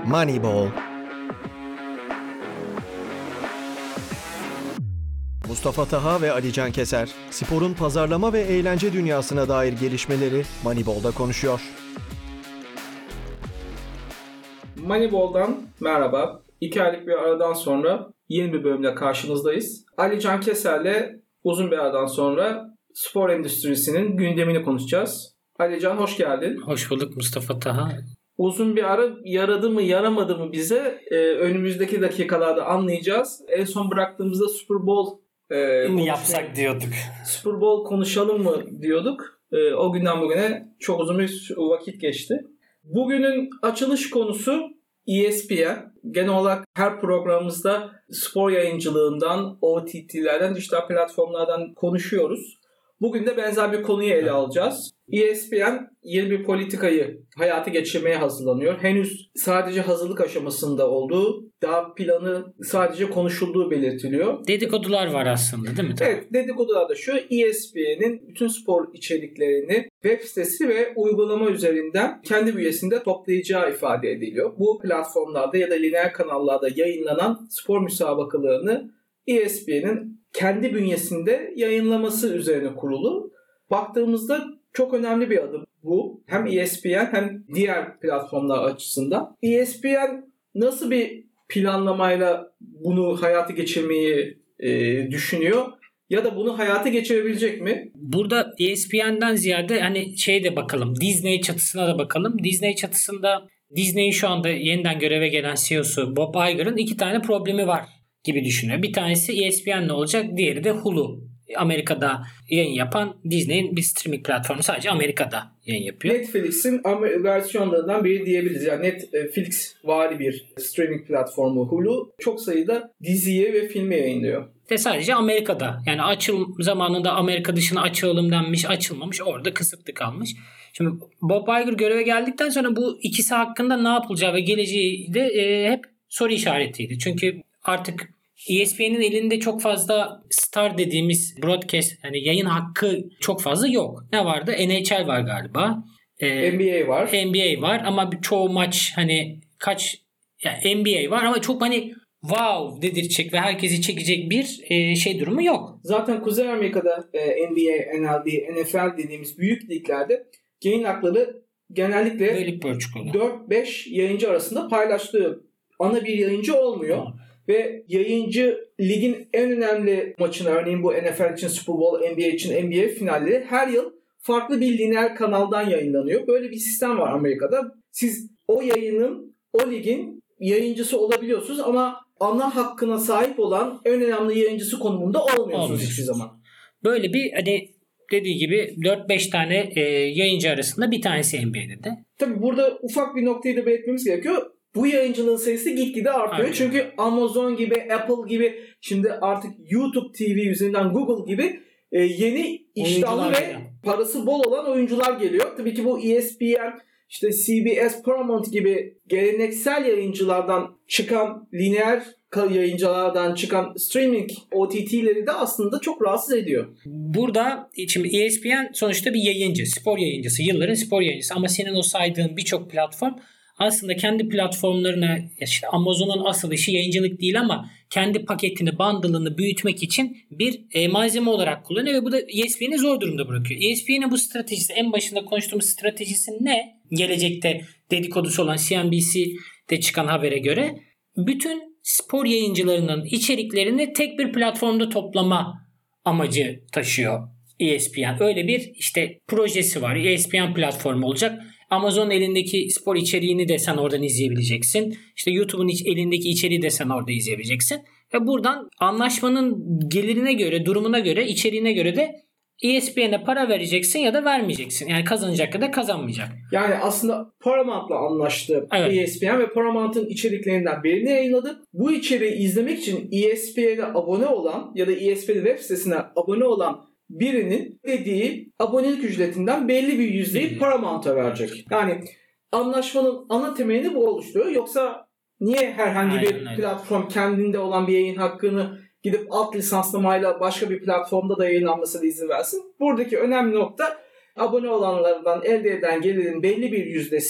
Moneyball. Mustafa Taha ve Ali Can Keser, sporun pazarlama ve eğlence dünyasına dair gelişmeleri Moneyball'da konuşuyor. Moneyball'dan merhaba. 2 aylık bir aradan sonra yeni bir bölümle karşınızdayız. Ali Can Keser'le uzun bir aradan sonra spor endüstrisinin gündemini konuşacağız. Ali Can, hoş geldin. Hoş bulduk Mustafa Taha. Uzun bir ara yaradı mı yaramadı mı bize önümüzdeki dakikalarda anlayacağız. En son bıraktığımızda Super Bowl yapsak diyorduk. Super Bowl konuşalım mı diyorduk. O günden bugüne çok uzun bir vakit geçti. Bugünün açılış konusu ESPN. Genel olarak her programımızda spor yayıncılığından, OTT'lerden, dijital platformlardan konuşuyoruz. Bugün de benzer bir konuyu ele alacağız. ESPN yeni bir politikayı hayata geçirmeye hazırlanıyor. Henüz sadece hazırlık aşamasında olduğu, daha planı sadece konuşulduğu belirtiliyor. Dedikodular var aslında, değil mi? Evet, dedikodular da şu: ESPN'in bütün spor içeriklerini web sitesi ve uygulama üzerinden kendi bünyesinde toplayacağı ifade ediliyor. Bu platformlarda ya da lineer kanallarda yayınlanan spor müsabakalarını ESPN'in kendi bünyesinde yayınlaması üzerine kurulu. Baktığımızda çok önemli bir adım bu. Hem ESPN hem diğer platformlar açısından. ESPN nasıl bir planlamayla bunu hayata geçirmeyi düşünüyor? Ya da bunu hayata geçirebilecek mi? Burada ESPN'den ziyade hani de bakalım. Disney çatısına da bakalım. Disney çatısında Disney'in şu anda yeniden göreve gelen CEO'su Bob Iger'ın 2 tane problemi var gibi düşünüyor. Bir tanesi ESPN olacak, diğeri de Hulu. Amerika'da yayın yapan Disney'in bir streaming platformu, sadece Amerika'da yayın yapıyor. Netflix'in versiyonlarından biri diyebiliriz. Yani Netflix vari bir streaming platformu Hulu çok sayıda diziyi ve filmi yayınlıyor. Ve sadece Amerika'da. Yani zamanında Amerika dışına açılım denmiş, açılmamış, orada kısıtlı kalmış. Şimdi Bob Iger göreve geldikten sonra bu ikisi hakkında ne yapılacağı ve geleceği de hep soru işaretiydi. Çünkü artık ESPN'in elinde çok fazla star dediğimiz broadcast, yani yayın hakkı çok fazla yok. Ne vardı? NHL var galiba. NBA var. NBA var ama çoğu maç yani NBA var ama çok wow dedirecek ve herkesi çekecek bir durumu yok. Zaten Kuzey Amerika'da NBA, MLB, NFL dediğimiz büyük liglerde yayın hakları genellikle 4-5 yayıncı arasında paylaştığı, ana bir yayıncı olmuyor. Ve yayıncı ligin en önemli maçını, örneğin bu NFL için Super Bowl, NBA için NBA finalleri her yıl farklı bir lineer kanaldan yayınlanıyor. Böyle bir sistem var Amerika'da. Siz o o ligin yayıncısı olabiliyorsunuz ama ana hakkına sahip olan en önemli yayıncısı konumunda olmuyorsunuz hiçbir zaman. Böyle bir dediği gibi 4-5 tane yayıncı arasında bir tanesi NBA'de de. Tabii burada ufak bir noktayı da belirtmemiz gerekiyor. Bu yayıncılığın sayısı gitgide artıyor. Aynen. Çünkü Amazon gibi, Apple gibi, şimdi artık YouTube TV üzerinden Google gibi yeni iştahlı ve parası bol olan oyuncular geliyor. Tabii ki bu ESPN, CBS, Paramount gibi geleneksel yayıncılardan çıkan, lineer yayıncılardan çıkan streaming OTT'leri de aslında çok rahatsız ediyor. Burada şimdi ESPN sonuçta bir yayıncı, spor yayıncısı, yılların spor yayıncısı ama senin o saydığın birçok platform aslında kendi platformlarına, Amazon'un asıl işi yayıncılık değil ama kendi paketini, bundle'ını büyütmek için bir malzeme olarak kullanıyor ve bu da ESPN'i zor durumda bırakıyor. ESPN'in bu stratejisi, en başında konuştuğumuz stratejisi ne? Gelecekte dedikodusu olan CNBC'de çıkan habere göre bütün spor yayıncılarının içeriklerini tek bir platformda toplama amacı taşıyor ESPN. Öyle bir projesi var. ESPN platformu olacak. Amazon'un elindeki spor içeriğini de sen oradan izleyebileceksin. YouTube'un elindeki içeriği de sen orada izleyebileceksin. Ve buradan anlaşmanın gelirine göre, durumuna göre, içeriğine göre de ESPN'e para vereceksin ya da vermeyeceksin. Yani kazanacak ya da kazanmayacak. Yani aslında Paramount'la anlaştı ESPN ve Paramount'un içeriklerinden birini yayınladı. Bu içeriği izlemek için ESPN'e abone olan ya da ESPN web sitesine abone olan birinin ödediği abonelik ücretinden belli bir yüzdeyi Paramount'a verecek. Yani anlaşmanın ana temelini bu oluşturuyor. Yoksa niye herhangi bir platform kendinde olan bir yayın hakkını gidip alt lisanslamayla başka bir platformda da yayınlanmasına izin versin? Buradaki önemli nokta, abone olanlardan elde eden gelirin belli bir yüzdesi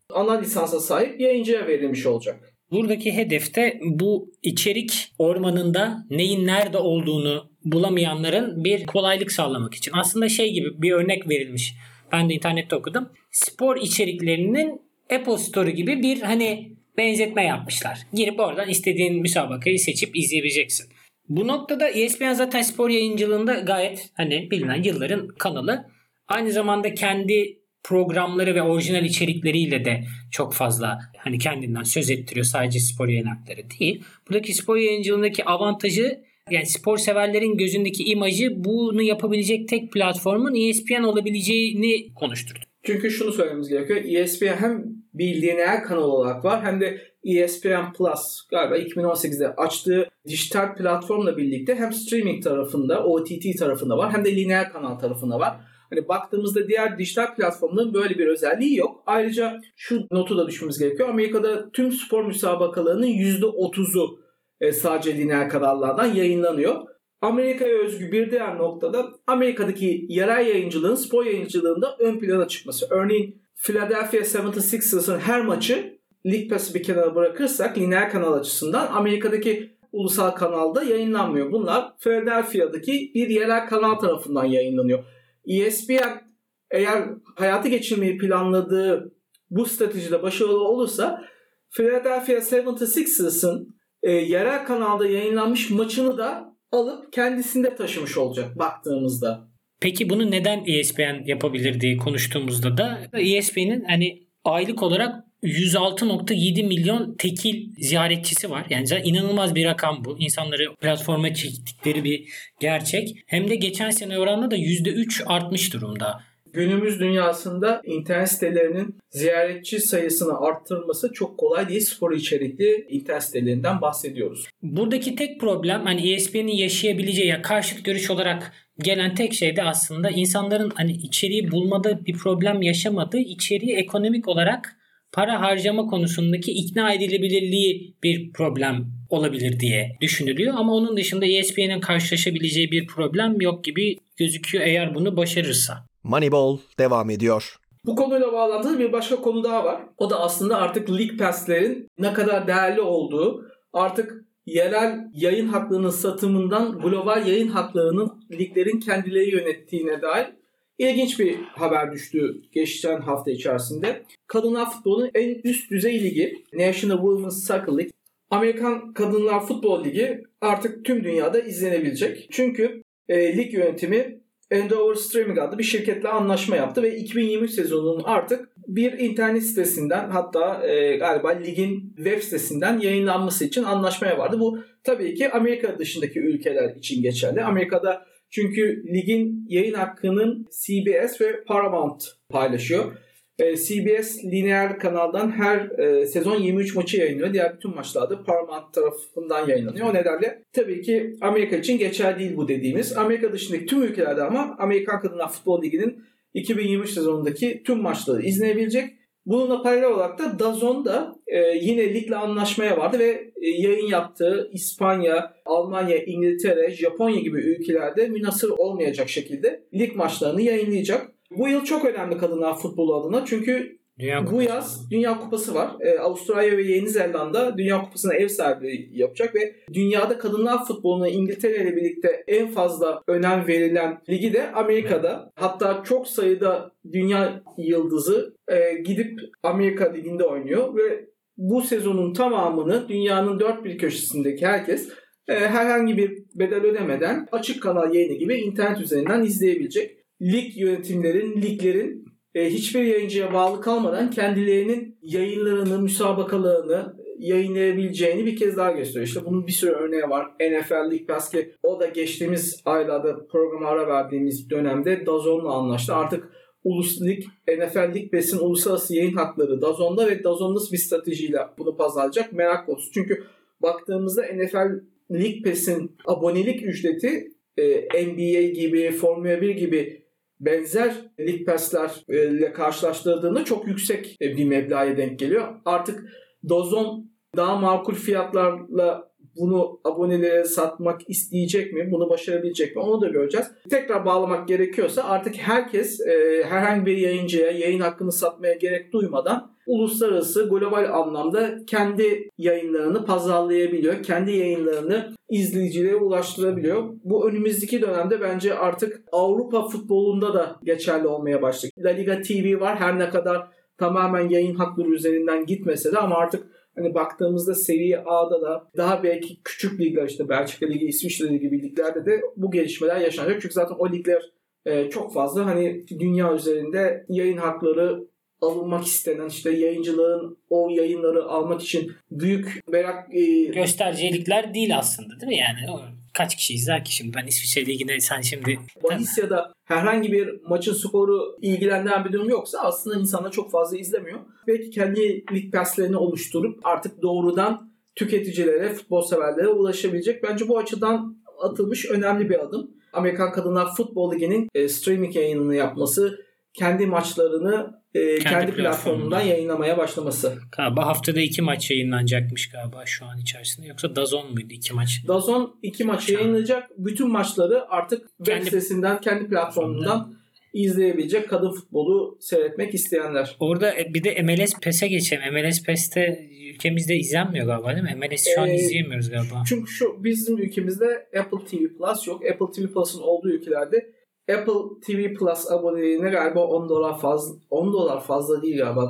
ana lisansa sahip yayıncıya verilmiş olacak. Buradaki hedef de bu içerik ormanında neyin nerede olduğunu bulamayanların bir kolaylık sağlamak için. Aslında şey gibi bir örnek verilmiş. Ben de internette okudum. Spor içeriklerinin Apple Store gibi bir benzetme yapmışlar. Girip oradan istediğin müsabakayı seçip izleyebileceksin. Bu noktada ESPN zaten spor yayıncılığında gayet bilinen yılların kanalı. Aynı zamanda kendi programları ve orijinal içerikleriyle de çok fazla kendinden söz ettiriyor. Sadece spor yayın hakları değil. Buradaki spor yayıncılığındaki avantajı, yani spor severlerin gözündeki imajı bunu yapabilecek tek platformun ESPN olabileceğini konuşturdu. Çünkü şunu söylememiz gerekiyor. ESPN hem bir lineer kanal olarak var hem de ESPN Plus galiba 2018'de açtığı dijital platformla birlikte hem streaming tarafında, OTT tarafında var hem de lineer kanal tarafında var. Baktığımızda diğer dijital platformların böyle bir özelliği yok. Ayrıca şu notu da düşmemiz gerekiyor. Amerika'da tüm spor müsabakalarının %30'u sadece lineer kanallardan yayınlanıyor. Amerika'ya özgü bir diğer noktada Amerika'daki yerel yayıncılığın spor yayıncılığında ön plana çıkması. Örneğin Philadelphia 76ers'ın her maçı League Pass'ı bir kenara bırakırsak lineer kanal açısından Amerika'daki ulusal kanalda yayınlanmıyor. Bunlar Philadelphia'daki bir yerel kanal tarafından yayınlanıyor. ESPN eğer hayata geçirmeyi planladığı bu stratejide başarılı olursa Philadelphia 76ers'ın yerel kanalda yayınlanmış maçını da alıp kendisinde taşımış olacak baktığımızda. Peki bunu neden ESPN yapabilir diye konuştuğumuzda da ESPN'in aylık olarak 106.7 milyon tekil ziyaretçisi var. Yani zaten inanılmaz bir rakam bu. İnsanları platforma çektikleri bir gerçek. Hem de geçen sene oranla da %3 artmış durumda. Günümüz dünyasında internet sitelerinin ziyaretçi sayısını arttırması çok kolay değil. Spor içerikli internet sitelerinden bahsediyoruz. Buradaki tek problem ESPN'in yaşayabileceği, ya karşıt görüş olarak gelen tek şey de aslında insanların içeriği bulmada bir problem yaşamadığı, içeriği ekonomik olarak para harcama konusundaki ikna edilebilirliği bir problem olabilir diye düşünülüyor. Ama onun dışında ESPN'in karşılaşabileceği bir problem yok gibi gözüküyor eğer bunu başarırsa. Moneyball devam ediyor. Bu konuyla bağlantılı bir başka konu daha var. O da aslında artık League Pass'lerin ne kadar değerli olduğu, artık yerel yayın haklarının satımından global yayın haklarının liglerin kendileri yönettiğine dair ilginç bir haber düştü geçen hafta içerisinde. Kadınlar futbolunun en üst düzey ligi National Women's Soccer League, Amerikan Kadınlar Futbol Ligi artık tüm dünyada izlenebilecek. Çünkü lig yönetimi Endeavor Streaming adlı bir şirketle anlaşma yaptı ve 2023 sezonunun artık bir internet sitesinden, hatta galiba ligin web sitesinden yayınlanması için anlaşmaya vardı. Bu tabii ki Amerika dışındaki ülkeler için geçerli. Amerika'da çünkü ligin yayın hakkının CBS ve Paramount paylaşıyor. CBS lineer kanaldan her sezon 23 maçı yayınlıyor. Diğer bütün maçlar da Paramount tarafından yayınlanıyor. O nedenle tabii ki Amerika için geçerli değil bu dediğimiz. Amerika dışındaki tüm ülkelerde ama Amerikan Kadınlar Futbol Ligi'nin 2023 sezonundaki tüm maçları izlenebilecek. Bununla paralel olarak da DAZN da yine ligle anlaşmaya vardı ve yayın yaptığı İspanya, Almanya, İngiltere, Japonya gibi ülkelerde münhasır olmayacak şekilde lig maçlarını yayınlayacak. Bu yıl çok önemli kadınlar futbolu adına çünkü bu yaz Dünya Kupası var. Avustralya ve Yeni Zelanda Dünya Kupası'na ev sahipliği yapacak ve dünyada kadınlar futboluna İngiltere ile birlikte en fazla önem verilen ligi de Amerika'da. Hatta çok sayıda dünya yıldızı gidip Amerika liginde oynuyor ve bu sezonun tamamını dünyanın dört bir köşesindeki herkes herhangi bir bedel ödemeden açık kanal yayını gibi internet üzerinden izleyebilecek. Lig yönetimlerin, liglerin hiçbir yayıncıya bağlı kalmadan kendilerinin yayınlarını, müsabakalarını yayınlayabileceğini bir kez daha gösteriyor. İşte bunun bir sürü örneği var. NFL League Pass ki o da geçtiğimiz aylarda programa ara verdiğimiz dönemde DAZN'la anlaştı. Artık Ulus Lig, NFL League Pass'in uluslararası yayın hakları DAZN'da ve DAZN nasıl bir stratejiyle bunu pazarlayacak merak konusu. Çünkü baktığımızda NFL League Pass'in abonelik ücreti NBA gibi, Formula 1 gibi benzer League Pass'lerle karşılaştırdığında çok yüksek bir meblağa denk geliyor. Artık DAZN daha makul fiyatlarla bunu abonelere satmak isteyecek mi? Bunu başarabilecek mi? Onu da göreceğiz. Tekrar bağlamak gerekiyorsa artık herkes herhangi bir yayıncıya yayın hakkını satmaya gerek duymadan uluslararası, global anlamda kendi yayınlarını pazarlayabiliyor. Kendi yayınlarını izleyicilere ulaştırabiliyor. Bu önümüzdeki dönemde bence artık Avrupa futbolunda da geçerli olmaya başladı. La Liga TV var. Her ne kadar tamamen yayın hakları üzerinden gitmese de ama artık hani baktığımızda Serie A'da da daha belki küçük ligler işte Belçika Ligi, İsviçre Ligi gibi liglerde de bu gelişmeler yaşanacak. Çünkü zaten o ligler çok fazla hani dünya üzerinde yayın hakları alınmak istenen işte yayıncıların o yayınları almak için büyük merak göstericilikler değil aslında değil mi yani? Kaç kişi izler ki şimdi? Ben İsviçre Ligi'ne sen şimdi bahis ya da herhangi bir maçın skoru ilgilendiren bir durum yoksa aslında insanlar çok fazla izlemiyor. Belki kendi lig passlerini oluşturup artık doğrudan tüketicilere, futbol severlere ulaşabilecek. Bence bu açıdan atılmış önemli bir adım. Amerikan Kadınlar Futbol Ligi'nin streaming yayınını yapması, kendi maçlarını kendi platformundan yayınlamaya başlaması. Galiba haftada 2 maç yayınlanacakmış galiba şu an içerisinde. Yoksa DAZN muydu 2 maç? DAZN 2 maç yayınlayacak. Bütün maçları artık web sitesinden, kendi platformundan izleyebilecek kadın futbolu seyretmek isteyenler. Orada bir de MLS PES'e geçelim. MLS PES'te ülkemizde izlenmiyor galiba değil mi? MLS şu an izleyemiyoruz galiba. Çünkü bizim ülkemizde Apple TV Plus yok. Apple TV Plus'ın olduğu ülkelerde Apple TV Plus aboneliğine galiba $10 fazla değil galiba.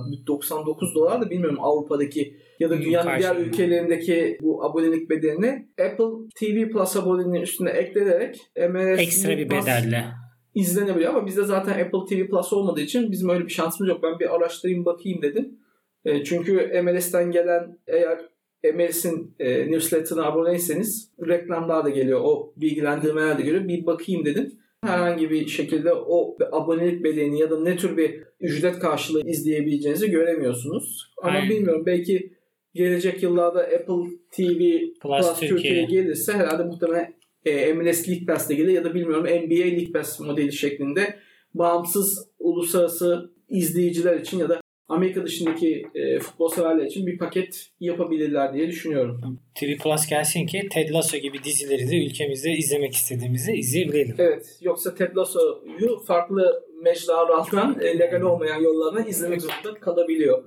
$99 da bilmiyorum Avrupa'daki ya da dünyanın diğer ülkelerindeki bu abonelik bedelini Apple TV Plus aboneliğinin üstüne eklenerek MLS ekstra bir bedelle izlenebiliyor ama bizde zaten Apple TV Plus olmadığı için bizim öyle bir şansımız yok. Ben bir araştırayım bakayım dedim. Çünkü MLS'ten gelen eğer MLS'in newsletter'ına aboneyseniz reklamlar da geliyor. O bilgilendirmeler de geliyor. Bir bakayım dedim. Herhangi bir şekilde o abonelik bedelini ya da ne tür bir ücret karşılığı izleyebileceğinizi göremiyorsunuz. Ama bilmiyorum belki gelecek yıllarda Apple TV Plus Türkiye'ye gelirse herhalde muhtemelen MLS League Pass'te gelir ya da bilmiyorum NBA League Pass modeli şeklinde bağımsız uluslararası izleyiciler için ya da Amerika dışındaki futbol severler için bir paket yapabilirler diye düşünüyorum. TV Plus gelsin ki Ted Lasso gibi dizileri de ülkemizde izlemek istediğimizi izleyebilelim. Evet. Yoksa Ted Lasso'yu farklı mecralardan legal olmayan yollardan izlemek zorunda kalabiliyor.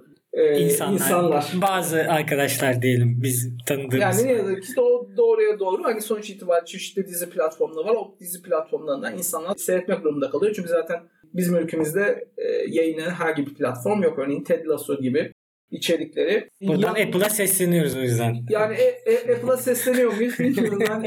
İnsanlar. Bazı arkadaşlar diyelim biz tanıdığımız. Yani ne yazık ki doğruya doğru. Hani sonuç itibariyle çeşitli dizi platformları var. O dizi platformlarından insanlar seyretmek durumunda kalıyor. Çünkü zaten bizim ülkemizde yayınlanan herhangi bir platform yok. Örneğin Ted Lasso gibi içerikleri. Buradan Apple'a sesleniyoruz o yüzden. Yani Apple'a sesleniyor muyuz bilmiyorum ben.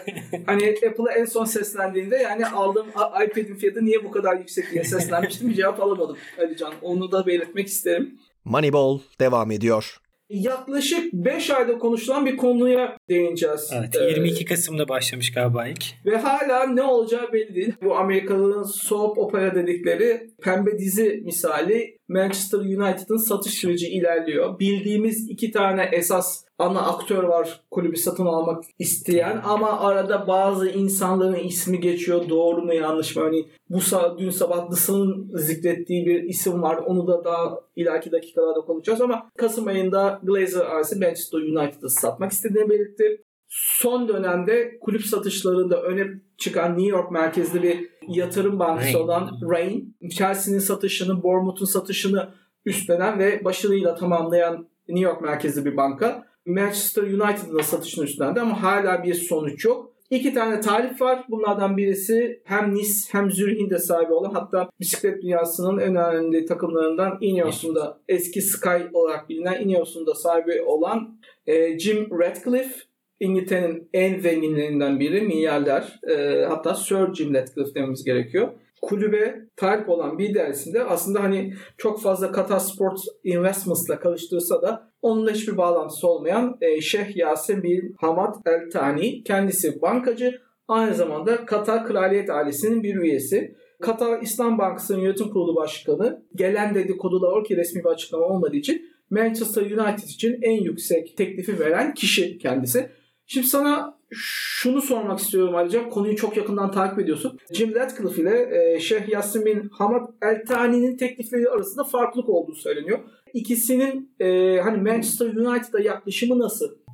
Hani Apple'a en son seslendiğinde yani aldığım iPad'in fiyatı niye bu kadar yüksek diye seslenmiştim. Bir cevap alamadım Alican. Onu da belirtmek isterim. Moneyball devam ediyor. Yaklaşık 5 ayda konuşulan bir konuya değineceğiz. Evet, 22 Kasım'da başlamış galiba ilk. Ve hala ne olacağı belli değil. Bu Amerikalıların soap opera dedikleri pembe dizi misali Manchester United'ın satış süreci ilerliyor. Bildiğimiz 2 tane esas ana aktör var kulübü satın almak isteyen ama arada bazı insanların ismi geçiyor. Doğru mu yanlış mı? Hani dün sabah Dısı'nın zikrettiği bir isim var. Onu da daha ileriki dakikalarda konuşacağız ama Kasım ayında Glazer ailesi Manchester United'ı satmak istediğini belirtti. Son dönemde kulüp satışlarında öne çıkan New York merkezli bir yatırım bankası olan Rain, Chelsea'nin satışını, Bournemouth'un satışını üstlenen ve başarıyla tamamlayan New York merkezli bir banka. Manchester United'ın da satışını üstlendi ama hala bir sonuç yok. 2 tane talip var. Bunlardan birisi hem Nice hem Zürih'in de sahibi olan hatta bisiklet dünyasının en önemli takımlarından Ineos'un da eski Sky olarak bilinen Ineos'un da sahibi olan Jim Ratcliffe. İngiltere'nin en zenginlerinden biri, milyarder. Hatta Sir Jim Ratcliffe dememiz gerekiyor. Kulübe talip olan bir dersinde aslında hani çok fazla Qatar Sports Investments'la karıştırsa da onunla hiçbir bağlantısı olmayan Şeyh Yasin bin Hamad El Thani. Kendisi bankacı. Aynı zamanda Katar Kraliyet ailesinin bir üyesi. Katar İslam Bankası'nın yönetim kurulu başkanı. Gelen dedikodular var ki resmi bir açıklama olmadığı için Manchester United için en yüksek teklifi veren kişi kendisi. Şimdi sana şunu sormak istiyorum ayrıca. Konuyu çok yakından takip ediyorsun. Jim Ratcliffe ile Şeyh Yasin bin Hamad El Thani'nin teklifleri arasında farklılık olduğu söyleniyor. İkisinin hani Manchester United'a yaklaşımı nasıl?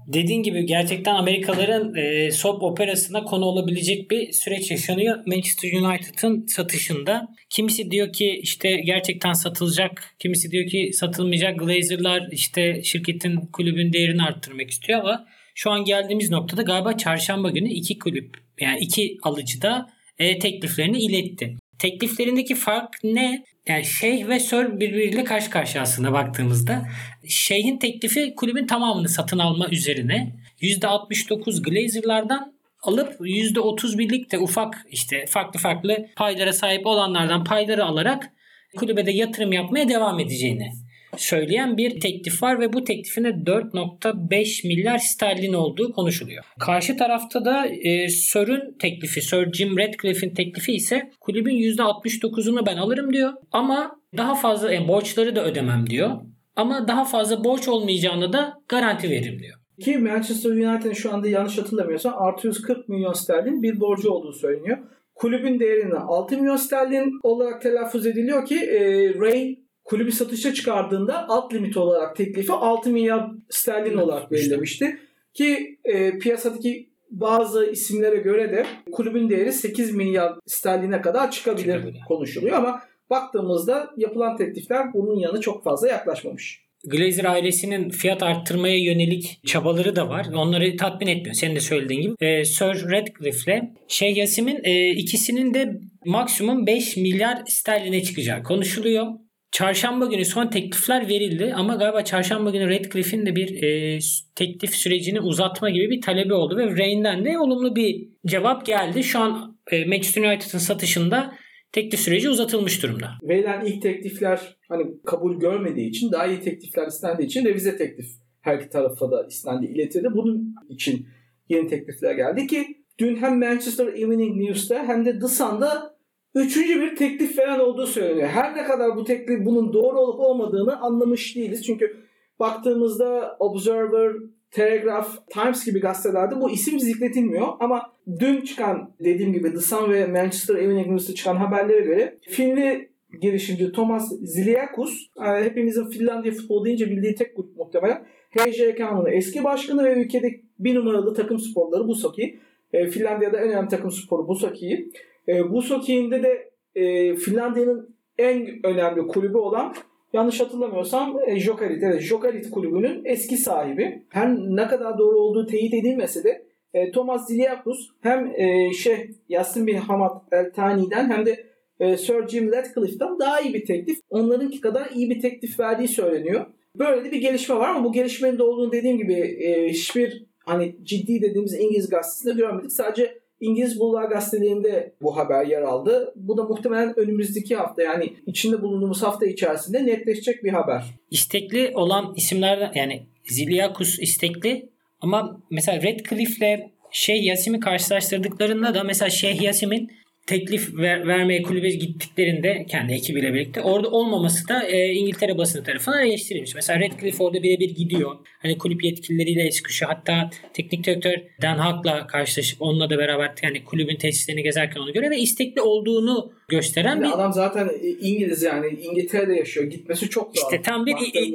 Dediğin gibi gerçekten Amerikalıların soap operasına konu olabilecek bir süreç yaşanıyor Manchester United'ın satışında. Kimisi diyor ki işte gerçekten satılacak, kimisi diyor ki satılmayacak. Glazer'lar işte şirketin, kulübün değerini arttırmak istiyor ama şu an geldiğimiz noktada galiba çarşamba günü iki kulüp, yani iki alıcı da tekliflerini iletti. Tekliflerindeki fark ne? Yani Şeyh ve Sör birbiriyle karşı karşıya aslında baktığımızda. Şeyh'in teklifi kulübün tamamını satın alma üzerine. %69 Glazer'lardan alıp %31'lik de ufak işte farklı paylara sahip olanlardan payları alarak kulübe de yatırım yapmaya devam edeceğini söyleyen bir teklif var ve bu teklifin de 4.5 milyar sterlin olduğu konuşuluyor. Karşı tarafta da Sir'ün teklifi, Sir Jim Ratcliffe'in teklifi ise kulübün %69'unu ben alırım diyor ama daha fazla borçları da ödemem diyor. Ama daha fazla borç olmayacağını da garanti veririm diyor. Ki Manchester United'in şu anda yanlış hatırlamıyorsam artı 140 milyon sterlin bir borcu olduğu söyleniyor. Kulübün değerini 6 milyon sterlin olarak telaffuz ediliyor ki Ray kulübü satışa çıkardığında alt limit olarak teklifi 6 milyar sterlin olarak belirlemişti. Ki piyasadaki bazı isimlere göre de kulübün değeri 8 milyar sterline kadar çıkabilir konuşuluyor ama baktığımızda yapılan teklifler bunun yanına çok fazla yaklaşmamış. Glazer ailesinin fiyat arttırmaya yönelik çabaları da var. Onları tatmin etmiyor. Senin de söylediğin gibi. Sir Ratcliffe'le Şeyh Yasim'in ikisinin de maksimum 5 milyar sterline çıkacağı konuşuluyor. Çarşamba günü son teklifler verildi ama galiba çarşamba günü Ratcliffe'in de bir teklif sürecini uzatma gibi bir talebi oldu ve Ray'den de olumlu bir cevap geldi. Şu an Manchester United'ın satışında teklif süreci uzatılmış durumda. Verilen ilk teklifler hani kabul görmediği için, daha iyi teklifler istendiği için revize teklif her iki tarafa da istendi, iletildi. Bunun için yeni teklifler geldi ki dün hem Manchester Evening News'ta hem de The Sun'da üçüncü bir teklif veren olduğu söyleniyor. Her ne kadar bu teklif bunun doğru olup olmadığını anlamış değiliz. Çünkü baktığımızda Observer, Telegraph, Times gibi gazetelerde bu isim zikretilmiyor. Ama dün çıkan dediğim gibi The Sun ve Manchester Evening News'ta çıkan haberlere göre Finli girişimci Thomas Ziliakus, hepimizin Finlandiya futbolu deyince bildiği tek grup muhtemelen, HJK'nın eski başkanı ve ülkedeki bir numaralı takım sporları Busoki. Finlandiya'da en önemli takım sporu Busoki'yi. Busoki'nin de Finlandiya'nın en önemli kulübü olan, yanlış hatırlamıyorsam Jokerit. Evet, Jokerit kulübünün eski sahibi. Her ne kadar doğru olduğu teyit edilmese de Thomas Ziliakus hem Yasin bin Hamad El Thani'den hem de Sir Jim Ratcliffe'den daha iyi bir teklif. Onlarınki kadar iyi bir teklif verdiği söyleniyor. Böyle de bir gelişme var ama bu gelişmenin de olduğunu dediğim gibi hiçbir hani ciddi dediğimiz İngiliz gazetesinde görmedik. Sadece İngiliz Bulvar gazetelerinde bu haber yer aldı. Bu da muhtemelen önümüzdeki hafta, yani içinde bulunduğumuz hafta içerisinde netleşecek bir haber. İstekli olan isimlerden, yani Ziliakus istekli ama mesela Ratcliffe'le Şeyh Yasim'i karşılaştırdıklarında da mesela Şeyh Yasim'in teklif vermeye kulübe gittiklerinde kendi ekibiyle birlikte orada olmaması da İngiltere basını tarafından eleştirilmiş. Mesela Ratcliffe orada birebir gidiyor. Hani kulüp yetkilileriyle sıkışıyor. Hatta teknik direktör Dan Hug'la karşılaşıp onunla da beraber yani kulübün tesislerini gezerken onu görüyor ve istekli olduğunu gösteren bir adam zaten İngiliz, yani İngiltere'de yaşıyor. Gitmesi çok zor. İşte tam bir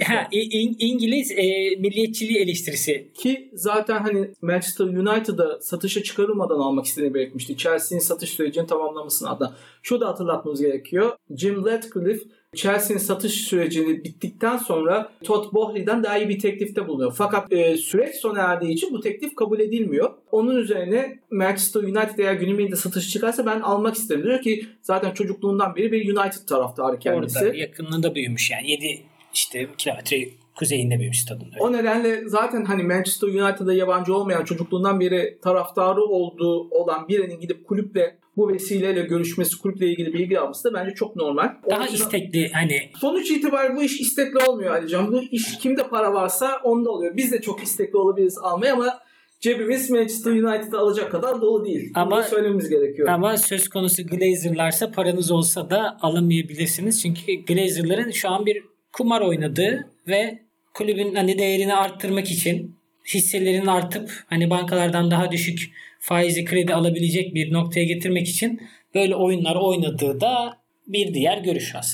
İngiliz milliyetçiliği eleştirisi. Ki zaten hani Manchester United'da satışa çıkarılmadan almak istediğini belirtmişti. Chelsea'nin satış sürecini tamamlamasına adına. Şu da hatırlatmamız gerekiyor. Jim Ratcliffe Chelsea'nin satış sürecini bittikten sonra Todd Boehly'den daha iyi bir teklifte bulunuyor. Fakat süreç sona erdiği için bu teklif kabul edilmiyor. Onun üzerine Manchester United eğer günümüzde satış çıkarsa ben almak isterim diyor ki zaten çocukluğundan beri bir United taraftarı kendisi. Orada yakınında büyümüş yani 7 kilometre kuzeyinde büyümüş stadında. O nedenle zaten hani Manchester United'a yabancı olmayan, çocukluğundan beri taraftarı olan birinin gidip kulüple bu vesileyle görüşmesi, kulüple ilgili bilgi alması da bence çok normal. Daha istekli hani. Sonuç itibariyle bu iş istekli olmuyor Alican. Bu iş kimde para varsa onda oluyor. Biz de çok istekli olabiliriz almaya ama cebimiz Manchester United'ı alacak kadar dolu değil. Bunu söylememiz gerekiyor. Ama söz konusu Glazer'larsa paranız olsa da alamayabilirsiniz. Çünkü Glazer'ların şu an bir kumar oynadığı ve kulübün hani değerini arttırmak için hisselerin artıp hani bankalardan daha düşük faizli kredi alabilecek bir noktaya getirmek için böyle oyunlar oynadığı da bir diğer görüş aslında. Ki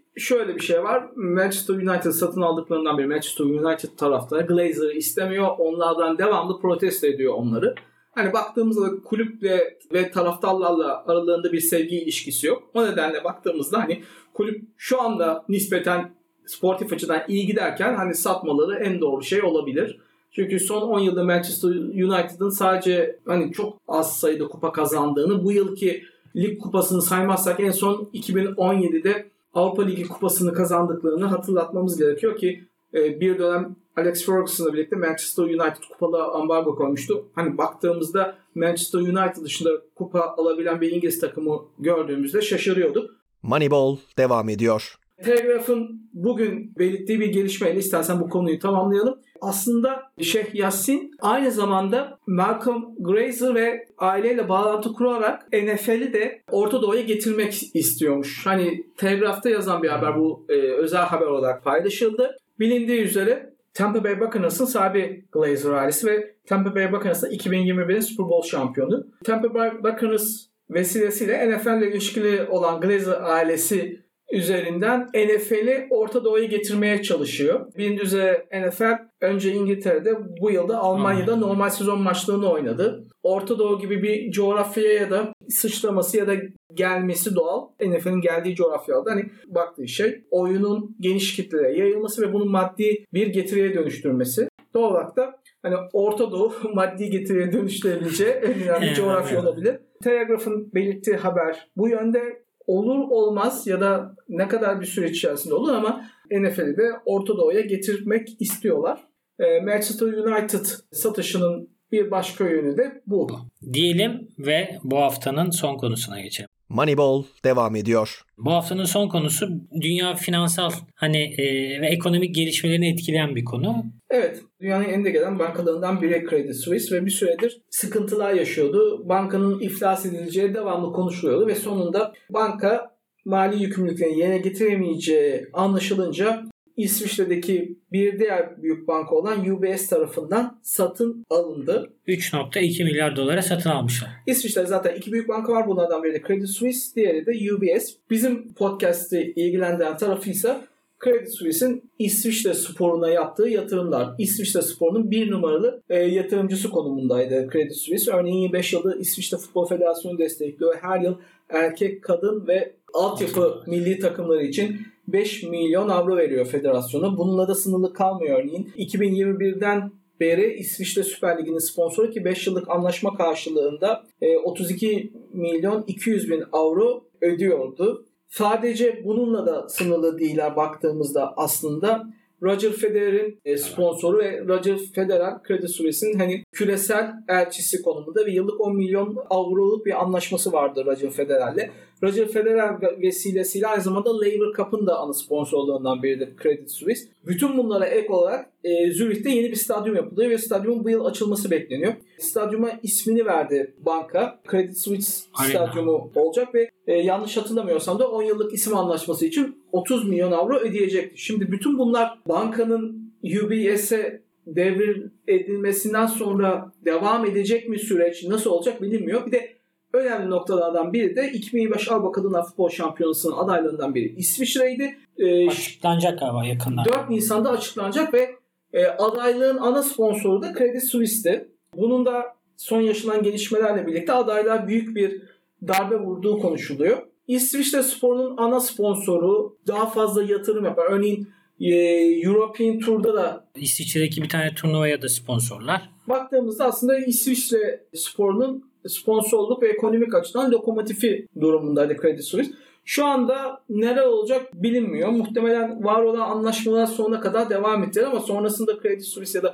şöyle bir şey var. Manchester United satın aldıklarından beri Manchester United taraftarı Glazer'ı istemiyor. Onlardan devamlı protesto ediyor onları. Hani baktığımızda kulüple ve taraftarlarla aralarında bir sevgi ilişkisi yok. O nedenle baktığımızda hani kulüp şu anda nispeten sportif açıdan iyi giderken hani satmaları en doğru şey olabilir. Çünkü son 10 yılda Manchester United'ın sadece hani çok az sayıda kupa kazandığını, bu yılki lig kupasını saymazsak en son 2017'de Avrupa Ligi kupasını kazandıklarını hatırlatmamız gerekiyor ki bir dönem Alex Ferguson'la birlikte Manchester United kupalı ambargo koymuştu. Hani baktığımızda Manchester United dışında kupa alabilen bir İngiliz takımı gördüğümüzde şaşırıyorduk. Moneyball devam ediyor. Telegraph'ın bugün belirttiği bir gelişmeyle istersen bu konuyu tamamlayalım. Aslında Şeyh Yassin aynı zamanda Malcolm Glazer ve aileyle bağlantı kurarak NFL'i de Orta Doğu'ya getirmek istiyormuş. Hani Telegraph'ta yazan bir haber, bu özel haber olarak paylaşıldı. Bilindiği üzere Tampa Bay Buccaneers'ın sahibi Glazer ailesi ve Tampa Bay Buccaneers 2021'in Super Bowl şampiyonu. Tampa Bay Buccaneers vesilesiyle NFL ile ilişkili olan Glazer ailesi üzerinden NFL'i Orta Doğu'ya getirmeye çalışıyor. Bilindiği üzere NFL önce İngiltere'de, bu yılda Almanya'da normal sezon maçlarını oynadı. Orta Doğu gibi bir coğrafyaya da sıçraması ya da gelmesi doğal. NFL'in geldiği coğrafyada hani baktığı şey oyunun geniş kitlere yayılması ve bunun maddi bir getiriye dönüştürmesi. Doğal olarak da hani Orta Doğu maddi getiriye dönüştürebileceği en önemli coğrafya olabilir. Telegraph'ın belirttiği haber bu yönde. Olur olmaz ya da ne kadar bir süreç içerisinde olur ama NFL'i de Orta Doğu'ya getirmek istiyorlar. Manchester United satışının bir başka yönü de bu. Diyelim ve bu haftanın son konusuna geçelim. Moneyball devam ediyor. Bu haftanın son konusu dünya finansal ve ekonomik gelişmelerini etkileyen bir konu. Evet, dünyanın en de gelen bankalarından biri Credit Suisse ve bir süredir sıkıntılar yaşıyordu. Bankanın iflas edileceği devamlı konuşuluyordu ve sonunda banka mali yükümlülüklerini yerine getiremeyeceği anlaşılınca İsviçre'deki bir diğer büyük banka olan UBS tarafından satın alındı. 3.2 milyar dolara satın almışlar. İsviçre'de zaten iki büyük banka var. Bunlardan biri de Credit Suisse, diğeri de UBS. Bizim podcast'i ilgilendiren tarafıysa Credit Suisse'in İsviçre sporuna yaptığı yatırımlar. İsviçre sporunun bir numaralı yatırımcısı konumundaydı Credit Suisse. Örneğin 25 yıldır İsviçre Futbol Federasyonu destekliyor. Her yıl erkek, kadın ve altyapı milli takımları için 5 milyon avro veriyor federasyona. Bununla da sınırlı kalmıyor örneğin. 2021'den beri İsviçre Süper Ligi'nin sponsoru ki 5 yıllık anlaşma karşılığında 32 milyon 200 bin avro ödüyordu. Sadece bununla da sınırlı değiller baktığımızda aslında. Roger Federer'in sponsoru ve Roger Federer Credit Suisse'in hani küresel elçisi konumunda ve yıllık 10 milyon avroluk bir anlaşması vardı Roger Federer'le. Roger Federer vesilesiyle aynı zamanda Laver Cup'ın da ana sponsorlarından biridir Credit Suisse. Bütün bunlara ek olarak Zürih'te yeni bir stadyum yapılıyor ve stadyumun bu yıl açılması bekleniyor. Stadyuma ismini verdi banka. Credit Suisse stadyumu olacak ve yanlış hatırlamıyorsam da 10 yıllık isim anlaşması için 30 milyon avro ödeyecekti. Şimdi bütün bunlar bankanın UBS'e devir edilmesinden sonra devam edecek mi süreç, nasıl olacak bilinmiyor. Bir de önemli noktalardan biri de 2025 Avrupa Kadınlar Futbol Şampiyonası'nın adaylarından biri İsviçre'ydi. Açıklanacak galiba yakında. 4 Nisan'da açıklanacak ve adaylığın ana sponsoru da Credit Suisse'ti. Bunun da son yaşanan gelişmelerle birlikte adaylar büyük bir darbe vurduğu konuşuluyor. İsviçre Spor'un ana sponsoru daha fazla yatırım yapar. Örneğin European Tour'da da İsviçre'deki bir tane turnuvaya da sponsorlar. Baktığımızda aslında İsviçre Spor'un sponsorluk ve ekonomik açıdan lokomotifi durumundaydı Credit Suisse. Şu anda neler olacak bilinmiyor. Muhtemelen var olan anlaşmalar sonuna kadar devam edecek ama sonrasında Credit Suisse ya da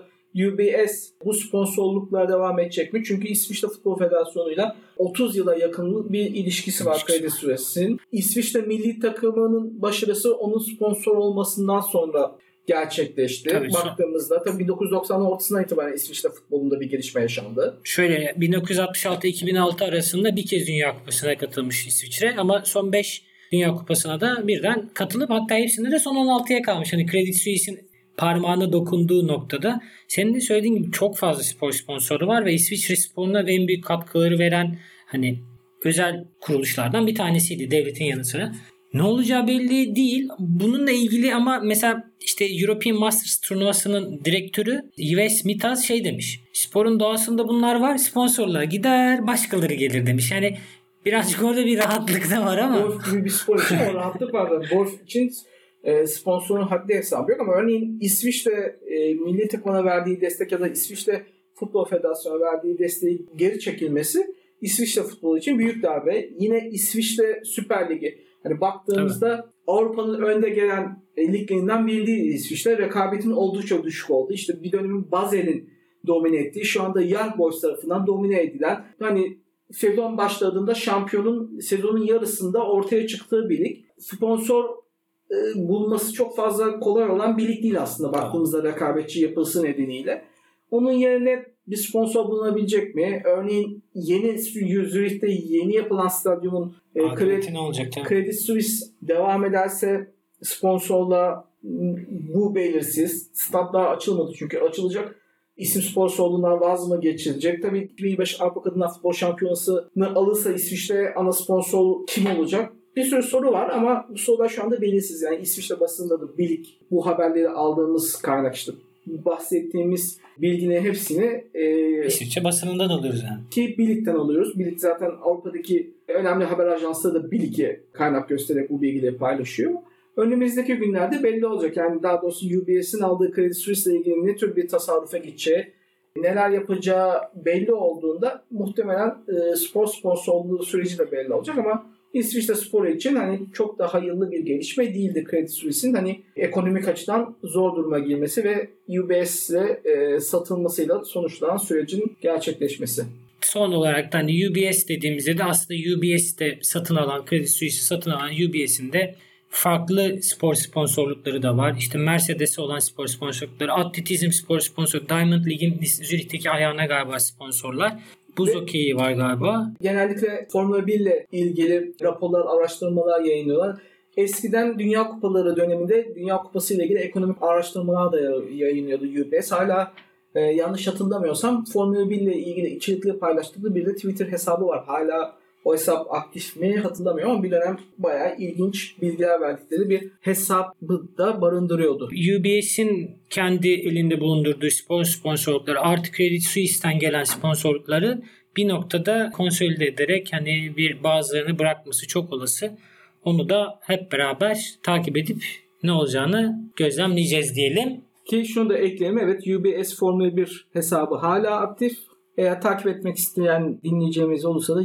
UBS bu sponsorluklara devam edecek mi? Çünkü İsviçre Futbol Federasyonu'yla 30 yıla yakın bir ilişkisi var Credit Suisse'in. İsviçre milli takımının başarısı onun sponsor olmasından sonra gerçekleşti. Tabii, baktığımızda tabii 1990'ların ortasından itibaren İsviçre futbolunda bir gelişme yaşandı. Şöyle 1966-2006 arasında bir kez Dünya Kupası'na katılmış İsviçre ama son 5 Dünya Kupası'na da birden katılıp hatta hepsinde de son 16'ya kalmış. Hani Credit Suisse'in parmağına dokunduğu noktada senin de söylediğin gibi çok fazla spor sponsoru var ve İsviçre sporuna en büyük katkıları veren hani özel kuruluşlardan bir tanesiydi devletin yanı sıra. Ne olacağı belli değil. Bununla ilgili ama mesela işte European Masters turnuvasının direktörü Yves Mitaz şey demiş. Sporun doğasında bunlar var. Sponsorlar gider, başkaları gelir demiş. Yani birazcık orada bir rahatlık da var ama. Golf gibi bir spor için o rahatlık var. Golf için sponsorun haddi hesabı yok ama örneğin İsviçre milli takımına verdiği destek ya da İsviçre Futbol Federasyonu'na verdiği desteği geri çekilmesi İsviçre futbolu için büyük darbe. Yine İsviçre Süper Ligi. Hani baktığımızda Avrupa'nın önde gelen liglerinden biri değil İsviçre. Rekabetin oldukça düşük oldu. İşte bir dönemin Basel'in domine ettiği, şu anda Young Boys tarafından domine edilen, hani sezon başladığında şampiyonun sezonun yarısında ortaya çıktığı bir lig. Sponsor bulması çok fazla kolay olan bir lig değil aslında baktığımızda rekabetçi yapısı nedeniyle. Onun yerine bir sponsor bulunabilecek mi? Örneğin Zürih'te yeni yapılan stadyumun Credit Suisse devam ederse sponsorla bu belirsiz. Statlar açılmadı çünkü açılacak. İsim sponsorluğundan vaz mı geçilecek? Tabii 2025 Avrupa Kadınlar Futbol Şampiyonası'nı alırsa İsviçre ana sponsor kim olacak? Bir sürü soru var ama bu sorular şu anda belirsiz. Yani İsviçre basında da Bilik bu haberleri aldığımız kaynak işte. Bahsettiğimiz bilgilerin hepsini İsviçre basınından alıyoruz yani. Ki Bilik'ten alıyoruz. Bilik zaten Avrupa'daki önemli haber ajansları da Bilik'e kaynak göstererek bu bilgileri paylaşıyor. Önümüzdeki günlerde belli olacak. Yani daha doğrusu UBS'in aldığı Credit Suisse ile ilgili ne tür bir tasarrufa gideceği, neler yapacağı belli olduğunda muhtemelen spor sponsorluğu süreci de belli olacak ama İsviçre sporu için hani çok da hayırlı bir gelişme değildi Credit Suisse'in hani ekonomik açıdan zor duruma girmesi ve UBS'le satılmasıyla sonuçlanan sürecin gerçekleşmesi. Son olarak da hani UBS dediğimizde de aslında UBS'te satın alan, Credit Suisse'i satın alan UBS'in de farklı spor sponsorlukları da var. İşte Mercedes'e olan spor sponsorlukları, atletizm spor sponsorlukları, Diamond League'in Zürih'teki ayağına galiba sponsorlar. Buz hokeyi var galiba. Genellikle Formula 1 ile ilgili raporlar, araştırmalar yayınlıyorlar. Eskiden Dünya Kupaları döneminde Dünya Kupası ile ilgili ekonomik araştırmalar da yayınlıyordu UBS. Hala yanlış hatırlamıyorsam Formula 1 ile ilgili içerikleri paylaştığı bir de Twitter hesabı var. Hala o hesap aktif mi hatırlamıyorum ama bir dönem bayağı ilginç bilgiler verdikleri bir hesabı da barındırıyordu. UBS'in kendi elinde bulundurduğu spor sponsorlukları artı Credit Suisse'ten gelen sponsorlukları bir noktada konsolide ederek hani bazılarını bırakması çok olası. Onu da hep beraber takip edip ne olacağını gözlemleyeceğiz diyelim. Ki şunu da ekleyelim. Evet, UBS Formula 1 hesabı hala aktif. Eğer takip etmek isteyen dinleyeceğimiz olursa da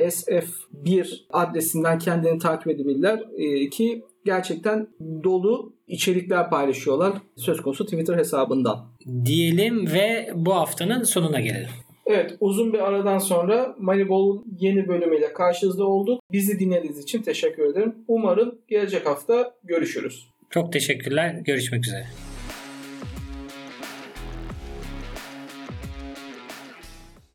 UBSF1 adresinden kendini takip edebilirler. Ki gerçekten dolu içerikler paylaşıyorlar söz konusu Twitter hesabından. Diyelim ve bu haftanın sonuna gelelim. Evet, uzun bir aradan sonra Moneyball'un yeni bölümüyle karşınızda olduk. Bizi dinlediğiniz için teşekkür ederim. Umarım gelecek hafta görüşürüz. Çok teşekkürler. Görüşmek üzere.